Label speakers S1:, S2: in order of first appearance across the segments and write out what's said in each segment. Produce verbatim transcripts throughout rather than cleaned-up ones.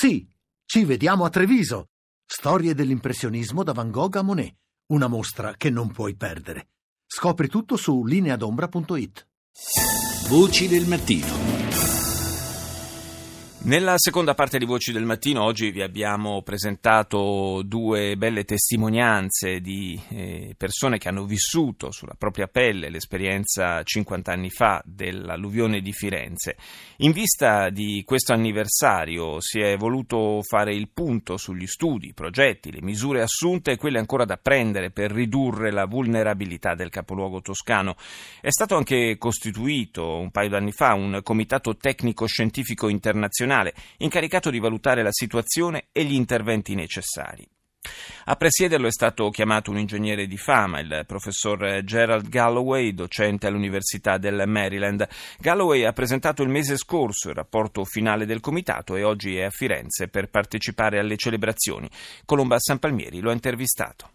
S1: Sì, ci vediamo a Treviso. Storie dell'impressionismo da Van Gogh a Monet. Una mostra che non puoi perdere. Scopri tutto su lineadombra punto it.
S2: Voci del mattino.
S3: Nella seconda parte di Voci del Mattino oggi vi abbiamo presentato due belle testimonianze di eh, persone che hanno vissuto sulla propria pelle l'esperienza cinquanta anni fa dell'alluvione di Firenze. In vista di questo anniversario si è voluto fare il punto sugli studi, i progetti, le misure assunte e quelle ancora da prendere per ridurre la vulnerabilità del capoluogo toscano. È stato anche costituito un paio d'anni fa un comitato tecnico-scientifico internazionale incaricato di valutare la situazione e gli interventi necessari. A presiederlo è stato chiamato un ingegnere di fama, il professor Gerald Galloway, docente all'Università del Maryland. Galloway ha presentato il mese scorso il rapporto finale del comitato e oggi è a Firenze per partecipare alle celebrazioni. Colomba Sanpalmieri lo ha intervistato.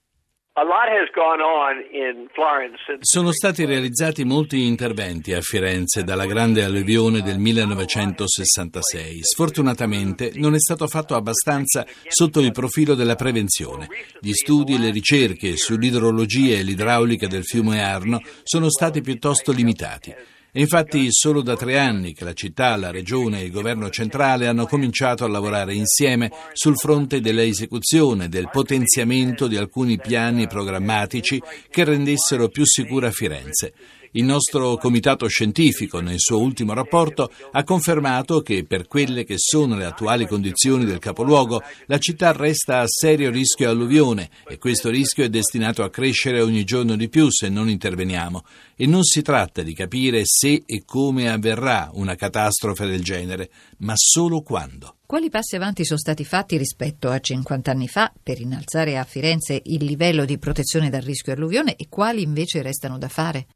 S2: Sono stati realizzati molti interventi a Firenze dalla grande alluvione del millenovecentosessantasei. Sfortunatamente non è stato fatto abbastanza sotto il profilo della prevenzione. Gli studi e le ricerche sull'idrologia e l'idraulica del fiume Arno sono stati piuttosto limitati. E infatti solo da tre anni che la città, la regione e il governo centrale hanno cominciato a lavorare insieme sul fronte dell'esecuzione, del potenziamento di alcuni piani programmatici che rendessero più sicura Firenze. Il nostro comitato scientifico, nel suo ultimo rapporto, ha confermato che per quelle che sono le attuali condizioni del capoluogo, la città resta a serio rischio alluvione e questo rischio è destinato a crescere ogni giorno di più se non interveniamo. E non si tratta di capire se e come avverrà una catastrofe del genere, ma solo quando.
S4: Quali passi avanti sono stati fatti rispetto a cinquanta anni fa per innalzare a Firenze il livello di protezione dal rischio alluvione e quali invece restano da fare?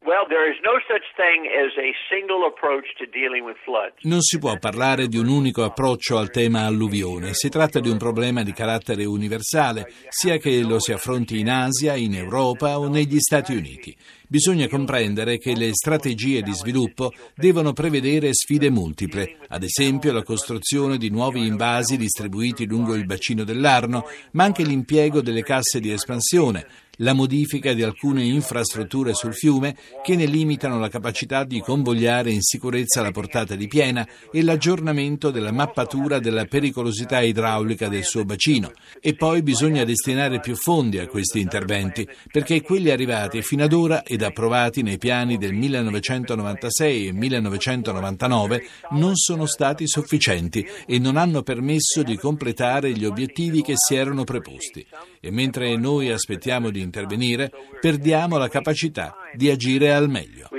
S2: Non si può parlare di un unico approccio al tema alluvione. Si tratta di un problema di carattere universale, sia che lo si affronti in Asia, in Europa o negli Stati Uniti. Bisogna comprendere che le strategie di sviluppo devono prevedere sfide multiple, ad esempio la costruzione di nuovi invasi distribuiti lungo il bacino dell'Arno, ma anche l'impiego delle casse di espansione, la modifica di alcune infrastrutture sul fiume che ne limitano la capacità di convogliare in sicurezza la portata di piena e l'aggiornamento della mappatura della pericolosità idraulica del suo bacino. E poi bisogna destinare più fondi a questi interventi, perché quelli arrivati fino ad ora ed approvati nei piani del millenovecentonovantasei e millenovecentonovantanove non sono stati sufficienti e non hanno permesso di completare gli obiettivi che si erano preposti. E mentre noi aspettiamo di intervenire, perdiamo la capacità di agire al meglio.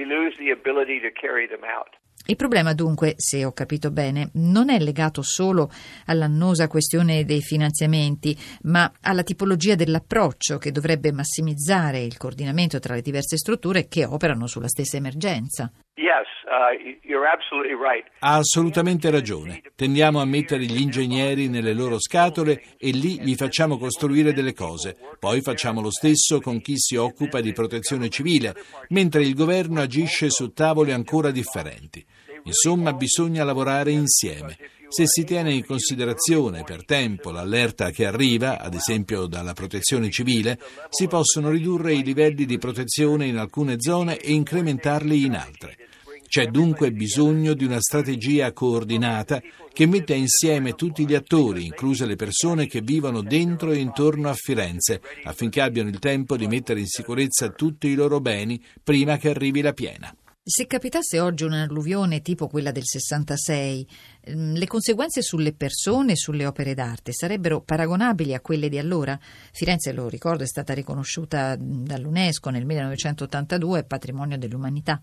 S4: Il problema dunque, se ho capito bene, non è legato solo all'annosa questione dei finanziamenti, ma alla tipologia dell'approccio che dovrebbe massimizzare il coordinamento tra le diverse strutture che operano sulla stessa emergenza.
S2: Ha assolutamente ragione. Tendiamo a mettere gli ingegneri nelle loro scatole e lì gli facciamo costruire delle cose. Poi facciamo lo stesso con chi si occupa di protezione civile, mentre il governo agisce su tavoli ancora differenti. Insomma, bisogna lavorare insieme. Se si tiene in considerazione per tempo l'allerta che arriva, ad esempio dalla protezione civile, si possono ridurre i livelli di protezione in alcune zone e incrementarli in altre. C'è dunque bisogno di una strategia coordinata che metta insieme tutti gli attori, incluse le persone che vivono dentro e intorno a Firenze, affinché abbiano il tempo di mettere in sicurezza tutti i loro beni prima che arrivi la piena.
S4: Se capitasse oggi un'alluvione tipo quella del sessantasei, le conseguenze sulle persone e sulle opere d'arte sarebbero paragonabili a quelle di allora? Firenze, lo ricordo, è stata riconosciuta dall'UNESCO nel millenovecentottantadue patrimonio dell'umanità.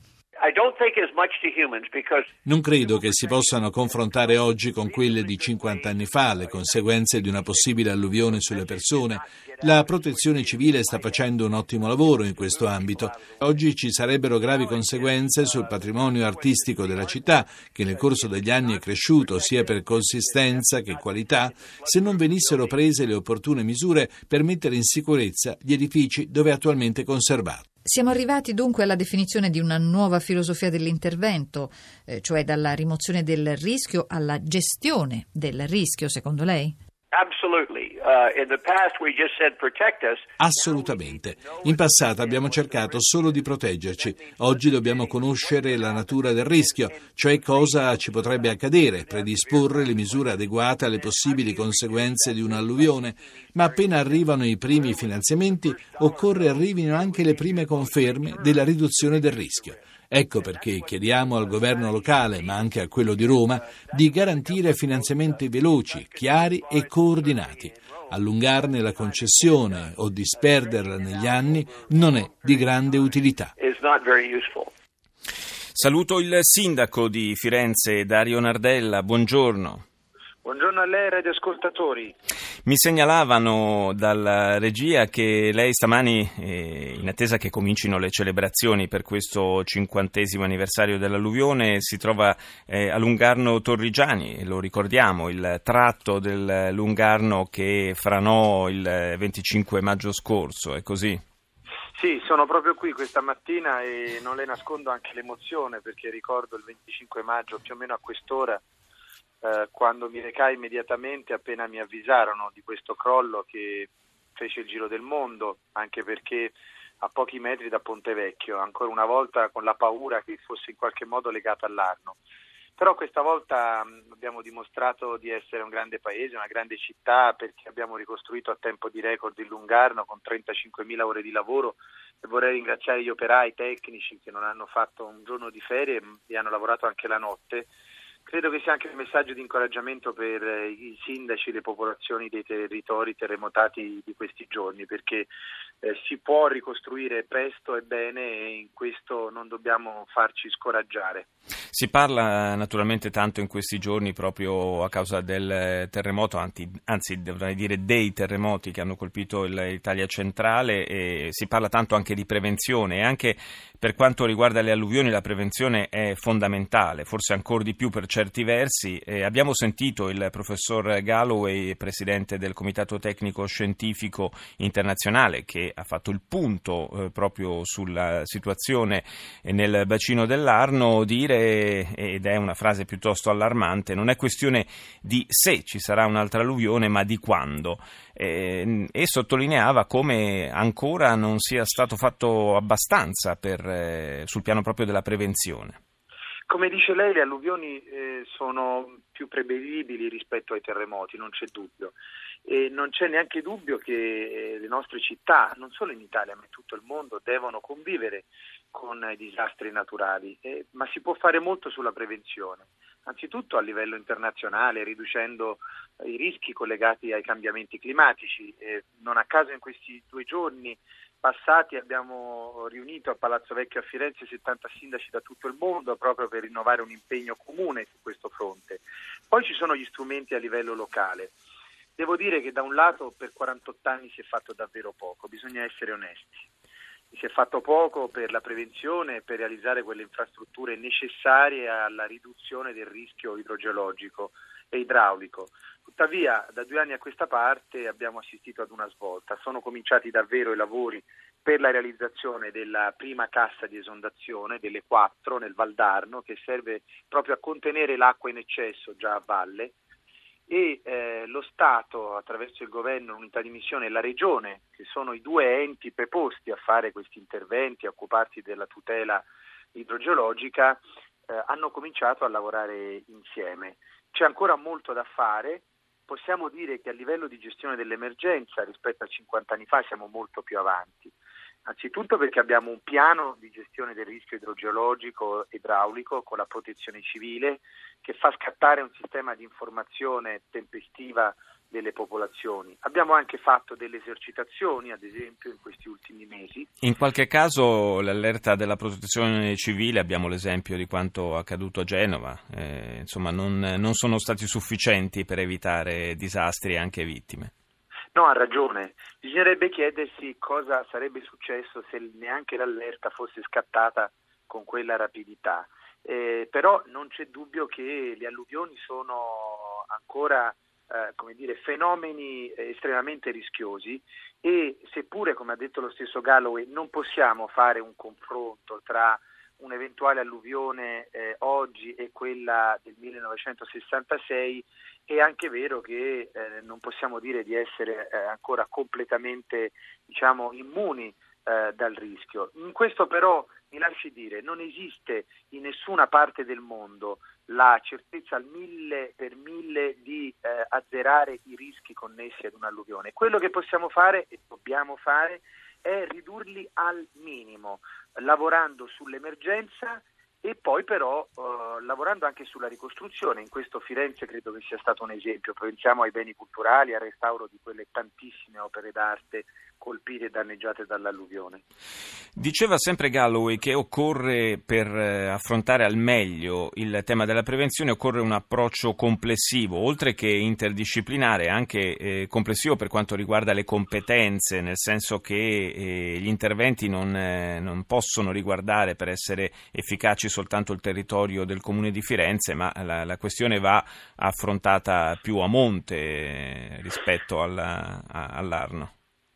S2: Non credo che si possano confrontare oggi con quelle di cinquanta anni fa le conseguenze di una possibile alluvione sulle persone. La protezione civile sta facendo un ottimo lavoro in questo ambito. Oggi ci sarebbero gravi conseguenze sul patrimonio artistico della città, che nel corso degli anni è cresciuto sia per consistenza che qualità, se non venissero prese le opportune misure per mettere in sicurezza gli edifici dove è attualmente conservato.
S4: Siamo arrivati dunque alla definizione di una nuova filosofia dell'intervento, eh, cioè dalla rimozione del rischio alla gestione del rischio, secondo lei?
S2: Assolutamente. In passato abbiamo cercato solo di proteggerci. Oggi dobbiamo conoscere la natura del rischio, cioè cosa ci potrebbe accadere, predisporre le misure adeguate alle possibili conseguenze di un'alluvione. Ma appena arrivano i primi finanziamenti, occorre arrivino anche le prime conferme della riduzione del rischio. Ecco perché chiediamo al governo locale, ma anche a quello di Roma, di garantire finanziamenti veloci, chiari e coordinati. Allungarne la concessione o disperderla negli anni non è di grande utilità.
S3: Saluto il sindaco di Firenze, Dario Nardella. Buongiorno.
S5: Buongiorno a lei, radioascoltatori.
S3: Mi segnalavano dalla regia che lei stamani, eh, in attesa che comincino le celebrazioni per questo cinquantesimo anniversario dell'alluvione, si trova eh, a Lungarno Torrigiani, lo ricordiamo, il tratto del Lungarno che franò il venticinque maggio scorso, è così?
S5: Sì, sono proprio qui questa mattina e non le nascondo anche l'emozione, perché ricordo il venticinque maggio più o meno a quest'ora, Eh, quando mi recai immediatamente appena mi avvisarono di questo crollo che fece il giro del mondo, anche perché a pochi metri da Ponte Vecchio, ancora una volta con la paura che fosse in qualche modo legato all'Arno. Però questa volta mh, abbiamo dimostrato di essere un grande paese, una grande città, perché abbiamo ricostruito a tempo di record il Lungarno con trentacinquemila ore di lavoro, e vorrei ringraziare gli operai tecnici che non hanno fatto un giorno di ferie e hanno lavorato anche la notte. Credo che sia anche un messaggio di incoraggiamento per i sindaci e le popolazioni dei territori terremotati di questi giorni, perché eh, si può ricostruire presto e bene e in questo non dobbiamo farci scoraggiare.
S3: Si parla naturalmente tanto in questi giorni proprio a causa del terremoto, anzi, anzi dovrei dire dei terremoti che hanno colpito l'Italia centrale, e si parla tanto anche di prevenzione, e anche per quanto riguarda le alluvioni la prevenzione è fondamentale, forse ancora di più per certi versi. Eh, abbiamo sentito il professor Galloway, presidente del Comitato Tecnico Scientifico Internazionale, che ha fatto il punto eh, proprio sulla situazione nel bacino dell'Arno, dire, ed è una frase piuttosto allarmante, non è questione di se ci sarà un'altra alluvione, ma di quando. Eh, e sottolineava come ancora non sia stato fatto abbastanza per, eh, sul piano proprio della prevenzione.
S5: Come dice lei, le alluvioni eh, sono più prevedibili rispetto ai terremoti, non c'è dubbio. E non c'è neanche dubbio che le nostre città, non solo in Italia ma in tutto il mondo, devono convivere con i disastri naturali, eh, ma si può fare molto sulla prevenzione, anzitutto a livello internazionale, riducendo i rischi collegati ai cambiamenti climatici. Eh, non a caso in questi due giorni passati abbiamo riunito a Palazzo Vecchio a Firenze settanta sindaci da tutto il mondo proprio per rinnovare un impegno comune su questo fronte. Poi ci sono gli strumenti a livello locale. Devo dire che da un lato per quarantotto anni si è fatto davvero poco, bisogna essere onesti. Si è fatto poco per la prevenzione e per realizzare quelle infrastrutture necessarie alla riduzione del rischio idrogeologico e idraulico. Tuttavia, da due anni a questa parte abbiamo assistito ad una svolta. Sono cominciati davvero i lavori per la realizzazione della prima cassa di esondazione, delle quattro nel Valdarno, che serve proprio a contenere l'acqua in eccesso già a valle, e eh, lo Stato, attraverso il governo, l'unità di missione, e la Regione, che sono i due enti preposti a fare questi interventi, a occuparsi della tutela idrogeologica, eh, hanno cominciato a lavorare insieme. C'è ancora molto da fare. Possiamo dire che a livello di gestione dell'emergenza rispetto a cinquanta anni fa siamo molto più avanti. Anzitutto perché abbiamo un piano di gestione del rischio idrogeologico e idraulico con la protezione civile che fa scattare un sistema di informazione tempestiva delle popolazioni. Abbiamo anche fatto delle esercitazioni, ad esempio, in questi ultimi mesi.
S3: In qualche caso l'allerta della protezione civile, abbiamo l'esempio di quanto accaduto a Genova, eh, insomma non, non sono stati sufficienti per evitare disastri e anche vittime.
S5: No, ha ragione. Bisognerebbe chiedersi cosa sarebbe successo se neanche l'allerta fosse scattata con quella rapidità. Eh, però non c'è dubbio che le alluvioni sono ancora eh, come dire, fenomeni estremamente rischiosi e seppure, come ha detto lo stesso Galloway, non possiamo fare un confronto tra un'eventuale alluvione eh, oggi e quella del millenovecentosessantasei, è anche vero che eh, non possiamo dire di essere eh, ancora completamente, diciamo, immuni eh, dal rischio. In questo però, mi lasci dire, non esiste in nessuna parte del mondo la certezza al mille per mille di eh, azzerare i rischi connessi ad un'alluvione. Quello che possiamo fare e dobbiamo fare è ridurli al minimo, lavorando sull'emergenza e poi però eh, lavorando anche sulla ricostruzione. In questo Firenze credo che sia stato un esempio. Pensiamo ai beni culturali, al restauro di quelle tantissime opere d'arte colpite e danneggiate dall'alluvione.
S3: Diceva sempre Galloway che occorre, per affrontare al meglio il tema della prevenzione, occorre un approccio complessivo, oltre che interdisciplinare, anche eh, complessivo per quanto riguarda le competenze, nel senso che eh, gli interventi non, eh, non possono riguardare, per essere efficaci, soltanto il territorio del Comune di Firenze, ma la, la questione va affrontata più a monte eh, rispetto alla, a, all'Arno.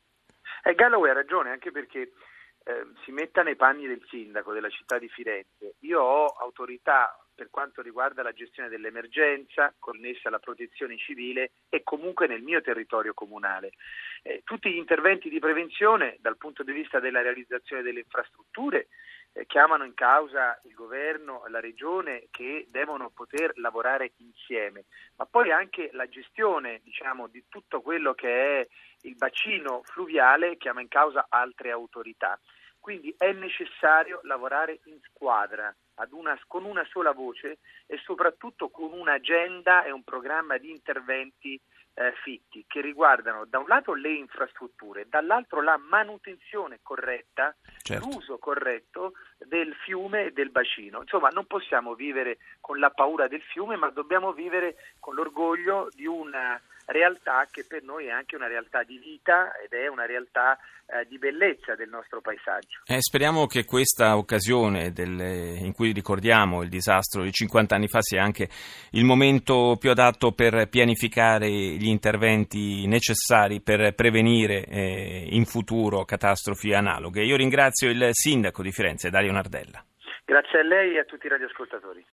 S5: Eh, Galloway ha ragione, anche perché eh, si metta nei panni del sindaco della città di Firenze. Io ho autorità per quanto riguarda la gestione dell'emergenza connessa alla protezione civile e comunque nel mio territorio comunale. Eh, tutti gli interventi di prevenzione dal punto di vista della realizzazione delle infrastrutture eh, chiamano in causa il governo e la regione, che devono poter lavorare insieme, ma poi anche la gestione, diciamo, di tutto quello che è il bacino fluviale chiama in causa altre autorità. Quindi è necessario lavorare in squadra, ad una, con una sola voce e soprattutto con un'agenda e un programma di interventi eh, fitti che riguardano da un lato le infrastrutture, dall'altro la manutenzione corretta, certo, l'uso corretto del fiume e del bacino. Insomma, non possiamo vivere con la paura del fiume, ma dobbiamo vivere con l'orgoglio di una realtà che per noi è anche una realtà di vita ed è una realtà eh, di bellezza del nostro paesaggio.
S3: Eh, speriamo che questa occasione del, in cui ricordiamo il disastro di cinquanta anni fa sia anche il momento più adatto per pianificare gli interventi necessari per prevenire eh, in futuro catastrofi analoghe. Io ringrazio il sindaco di Firenze, Dario Nardella.
S5: Grazie a lei e a tutti i radioascoltatori.